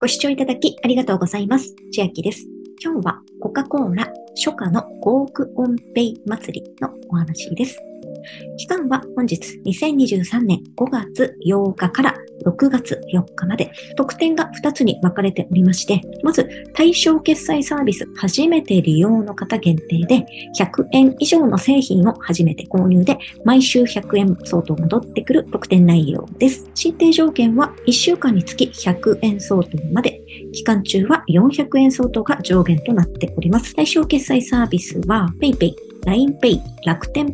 ご視聴いただきありがとうございます。千秋です。今日はコカ・コーラ初夏の5億オンペイ祭りのお話です。期間は本日2023年5月8日から6月4日まで特典が2つに分かれておりまして、まず対象決済サービス初めて利用の方限定で100円以上の製品を初めて購入で毎週100円相当戻ってくる特典内容です。申請条件は1週間につき100円相当まで、期間中は400円相当が上限となっております。対象決済サービスは PayPay、LINEPay、楽天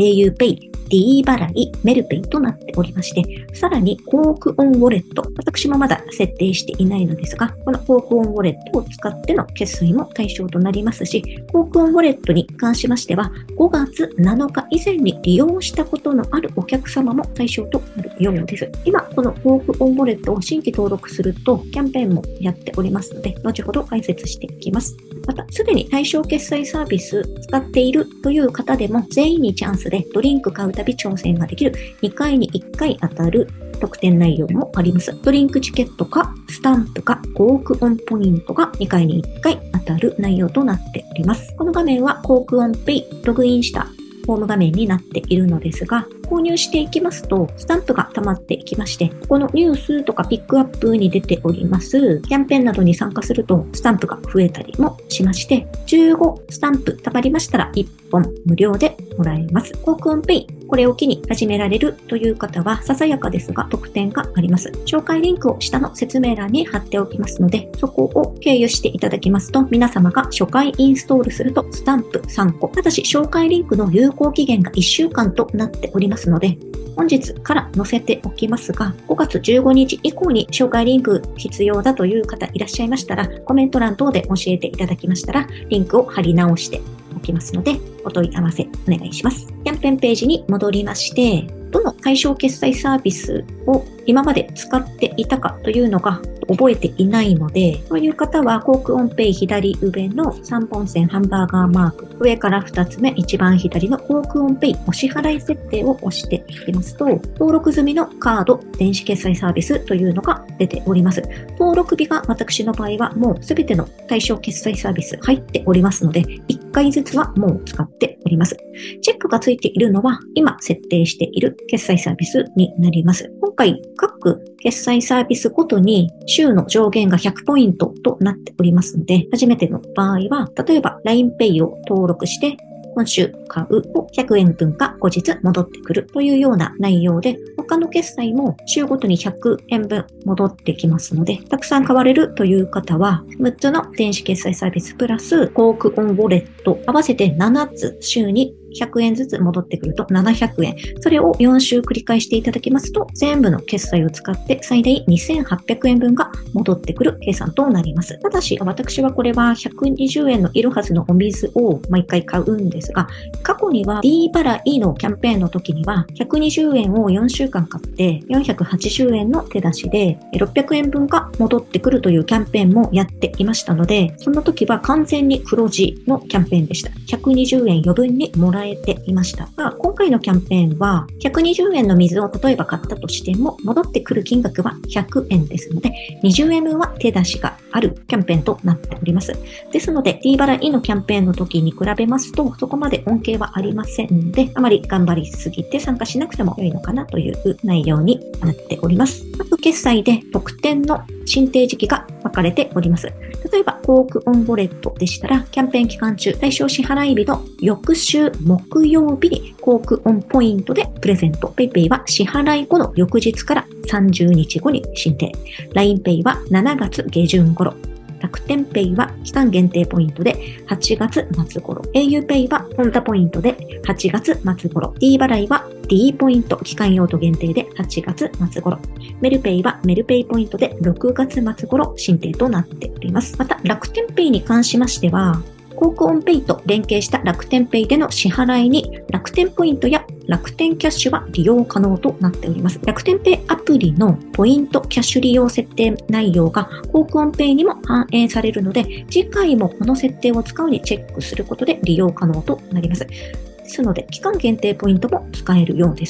Pay、auPay、D 払い、メルペイとなっておりまして、さらにコークオンウォレット、私もまだ設定していないのですが、このコークオンウォレットを使っての決済も対象となりますし、コークオンウォレットに関しましては、5月7日以前に利用したことのあるお客様も対象となるようです。今、このコークオンウォレットを新規登録すると、キャンペーンもやっておりますので、後ほど解説していきます。また、すでに対象決済サービス使っているという方でも、全員にチャンスでドリンク買うたび挑戦ができる2回に1回当たる特典内容もあります。ドリンクチケットかスタンプかコークオンポイントが2回に1回当たる内容となっております。この画面はコークオンペイログインしたホーム画面になっているのですが、購入していきますと、スタンプが溜まっていきまして、このニュースとかピックアップに出ております、キャンペーンなどに参加すると、スタンプが増えたりもしまして、15スタンプ溜まりましたら1本無料でもらえます。コークオンペイ、これを機に始められるという方は、ささやかですが特典があります。紹介リンクを下の説明欄に貼っておきますので、そこを経由していただきますと、皆様が初回インストールするとスタンプ3個。ただし、紹介リンクの有効期限が1週間となっておりますので、本日から載せておきますが、5月15日以降に紹介リンク必要だという方いらっしゃいましたら、コメント欄等で教えていただきましたら、リンクを貼り直しておきますので、お問い合わせお願いします。キャンペーンページに戻りまして、どの対象決済サービスを今まで使っていたかというのが覚えていないので、そういう方はコークオンペイ左上の3本線ハンバーガーマーク、上から2つ目一番左のコークオンペイお支払い設定を押していきますと、登録済みのカード電子決済サービスというのが出ております。登録日が私の場合はもうすべての対象決済サービス入っておりますので、1回ずつはもう使っております。チェックがついているのは今設定している決済サービスになります。今回各決済サービスごとに週の上限が100ポイントとなっておりますので、初めての場合は、例えば LINEPay を登録して、今週買うを100円分が後日戻ってくるというような内容で、他の決済も週ごとに100円分戻ってきますので、たくさん買われるという方は、6つの電子決済サービスプラス、コークオンウォレット、合わせて7つ週に100円ずつ戻ってくると700円。それを4週繰り返していただきますと、全部の決済を使って最大2800円分が戻ってくる計算となります。ただし、私はこれは120円のいるはずのお水を毎回買うんですが、過去には D 払いのキャンペーンの時には120円を4週間買って480円の手出しで600円分が戻ってくるというキャンペーンもやっていましたので、その時は完全に黒字のキャンペーンでした。120円余分にもらえていましたが、今回のキャンペーンは120円の水を例えば買ったとしても戻ってくる金額は100円ですので、20円分は手出しがあるキャンペーンとなっております。ですので D 払いのキャンペーンの時に比べますと、そこまで恩恵はありませんので、あまり頑張りすぎて参加しなくても良いのかなという内容になっております。各決済で特典の申請時期が分かれております。例えば、コークオンウォレットでしたら、キャンペーン期間中、対象支払い日の翌週木曜日にコークオンポイントでプレゼント。PayPay は支払い後の翌日から30日後に申請。LINEPay は7月下旬頃。楽天ペイは期間限定ポイントで8月末頃。auPay はポンタポイントで8月末頃。D 払いは D ポイント期間用途限定で8月末頃。メルペイはメルペイポイントで6月末頃申請となっております。また楽天ペイに関しましては、コークオンペイと連携した楽天ペイでの支払いに楽天ポイントや楽天キャッシュは利用可能となっております。楽天ペイアプリのポイントキャッシュ利用設定内容がコークオンペイにも反映されるので、次回もこの設定を使うにチェックすることで利用可能となります。ですので、期間限定ポイントも使えるようです。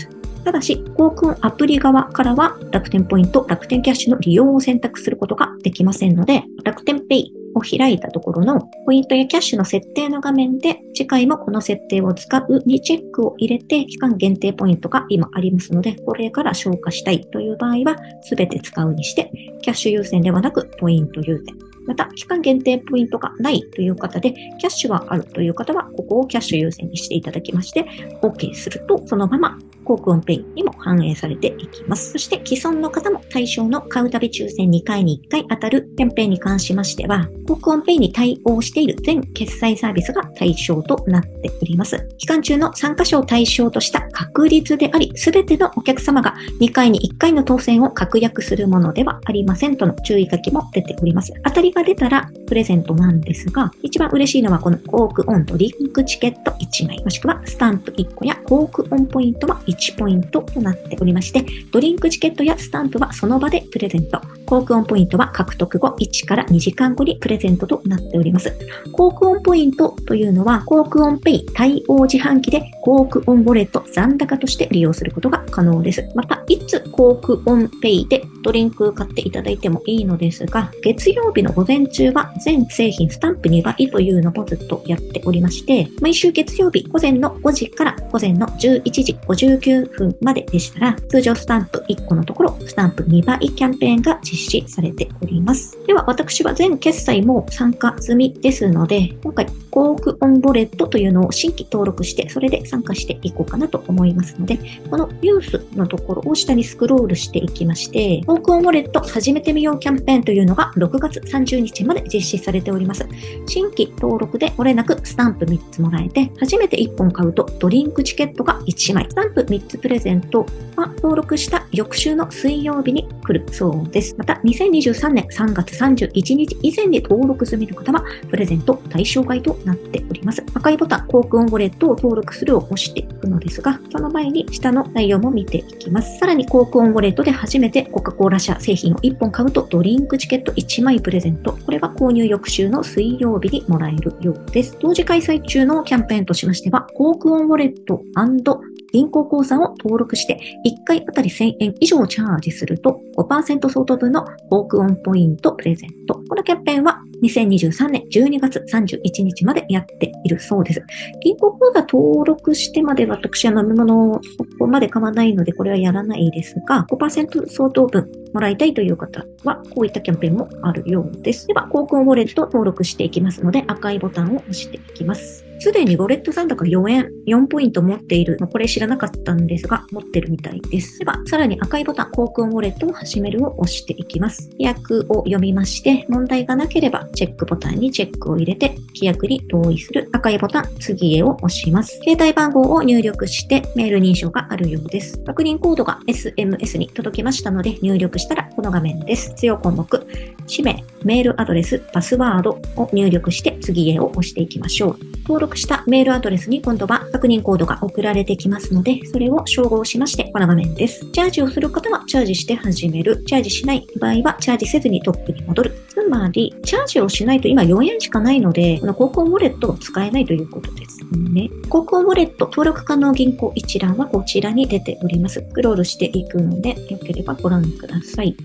ただし、航空アプリ側からは楽天ポイント、楽天キャッシュの利用を選択することができませんので、楽天ペイを開いたところのポイントやキャッシュの設定の画面で、次回もこの設定を使うにチェックを入れて、期間限定ポイントが今ありますので、これから消化したいという場合は、すべて使うにして、キャッシュ優先ではなくポイント優先。また、期間限定ポイントがないという方で、キャッシュはあるという方は、ここをキャッシュ優先にしていただきまして、OK すると、そのまま航空ペイにも反映されていきます。そして、既存の方も対象の買うたび抽選2回に1回当たるキャンペーンに関しましては、航空ペイに対応している全決済サービスが対象となっております。期間中の参加者を対象とした確率であり、すべてのお客様が2回に1回の当選を確約するものではありませんとの注意書きも出ております。当たりが出たらプレゼントなんですが、一番嬉しいのはこの航空オンドリンクチケット1枚、もしくはスタンプ1個や航空オンポイントは1ポイントとなっておりまして、ドリンクチケットやスタンプはその場でプレゼント、航空オンポイントは獲得後1から2時間後にプレゼントとなっております。航空オンポイントというのは、航空オンペイ対応自販機で航空オンウォレット残高として利用することが可能です。また、いつ航空オンペイでドリンク買っていただいてもいいのですが、月曜日の午前中は全製品スタンプ2倍というのをずっとやっておりまして、毎週月曜日午前の5時から午前の11時59分まででしたら、通常スタンプ1個のところ、スタンプ2倍キャンペーンが実施されております。では、私は全決済も参加済みですので、今回、航空オンウォレットというのを新規登録して、それで参加していこうかなと思いますので、このニュースのところを下にスクロールしていきまして、航空オンウォレット始めてみようキャンペーンというのが6月30日まで実施されております。新規登録で漏れなくスタンプ3つもらえて、初めて1本買うとドリンクチケットが1枚、スタンプ3つプレゼントは登録した翌週の水曜日に来るそうです。また、2023年3月31日以前に登録済みの方は、プレゼント対象外となっております。赤いボタン、航空オンウォレットを登録するを押していくのですが、その前に下の内容も見ていきます。さらに航空オンウォレットで初めてコカ・コーラ社製品を1本買うとドリンクチケット1枚プレゼント。これは購入翌週の水曜日にもらえるようです。同時開催中のキャンペーンとしましては、航空オンウォレット&銀行口座を登録して1回あたり1000円以上チャージすると 5% 相当分の航空オンポイントプレゼント。このキャンペーンは2023年12月31日までやっているそうです。銀行口座登録してまで私は飲み物をそこまで買わないのでこれはやらないですが、5% 相当分もらいたいという方はこういったキャンペーンもあるようです。では、航空ウォレット登録していきますので赤いボタンを押していきます。すでにウォレット残高4円、4ポイント持っている。これ知らなかったんですが、持ってるみたいです。では、さらに赤いボタン、航空ウォレットを始めるを押していきます。規約を読みまして、問題がなければ、チェックボタンにチェックを入れて、規約に同意する。赤いボタン、次へを押します。携帯番号を入力して、メール認証があるようです。確認コードが SMS に届きましたので、入力したらこの画面です。必要項目、氏名、メールアドレス、パスワードを入力して、次へを押していきましょう。登録したメールアドレスに今度は確認コードが送られてきますので、それを照合しましてこの画面です。チャージをする方はチャージして始める。チャージしない場合はチャージせずにトップに戻る。つまり、チャージをしないと今4円しかないので、この航空ウォレットを使えないということですね。航空ウォレット登録可能銀行一覧はこちらに出ております。スクロールしていくので、よければご覧ください。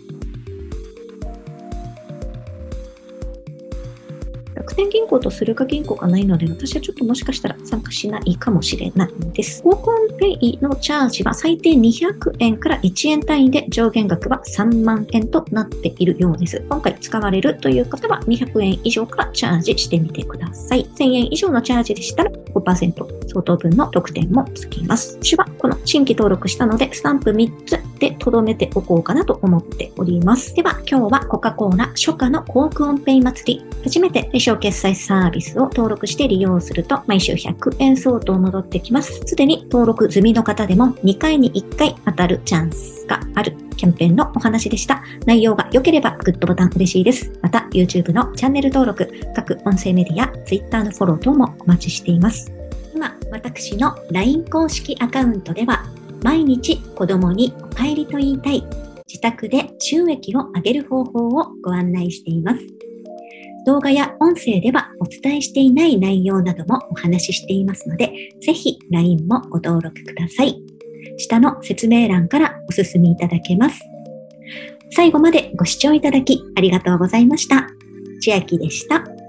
楽天銀行とスルカ銀行がないので、私はちょっともしかしたら参加しないかもしれないです。航空ペイのチャージは最低200円から1円単位で上限額は3万円となっているようです。今回使われるという方は200円以上からチャージしてみてください。1000円以上のチャージでしたら 5% 相当分の特典もつきます。私はこの新規登録したので、スタンプ3つで留めておこうかなと思っております。では今日はコカ・コーラ初夏の航空ペイ祭り、初めて対象決済サービスを登録して利用すると毎週100円相当戻ってきます。すでに登録済みの方でも2回に1回当たるチャンスがあるキャンペーンのお話でした。内容が良ければグッドボタン嬉しいです。また YouTube のチャンネル登録、各音声メディア、Twitter のフォロー等もお待ちしています。今、私の LINE 公式アカウントでは毎日子供にお帰りと言いたい、自宅で収益を上げる方法をご案内しています。動画や音声ではお伝えしていない内容などもお話ししていますので、ぜひ LINE もご登録ください。 下の説明欄からお進みいただけます。最後までご視聴いただきありがとうございました。千秋でした。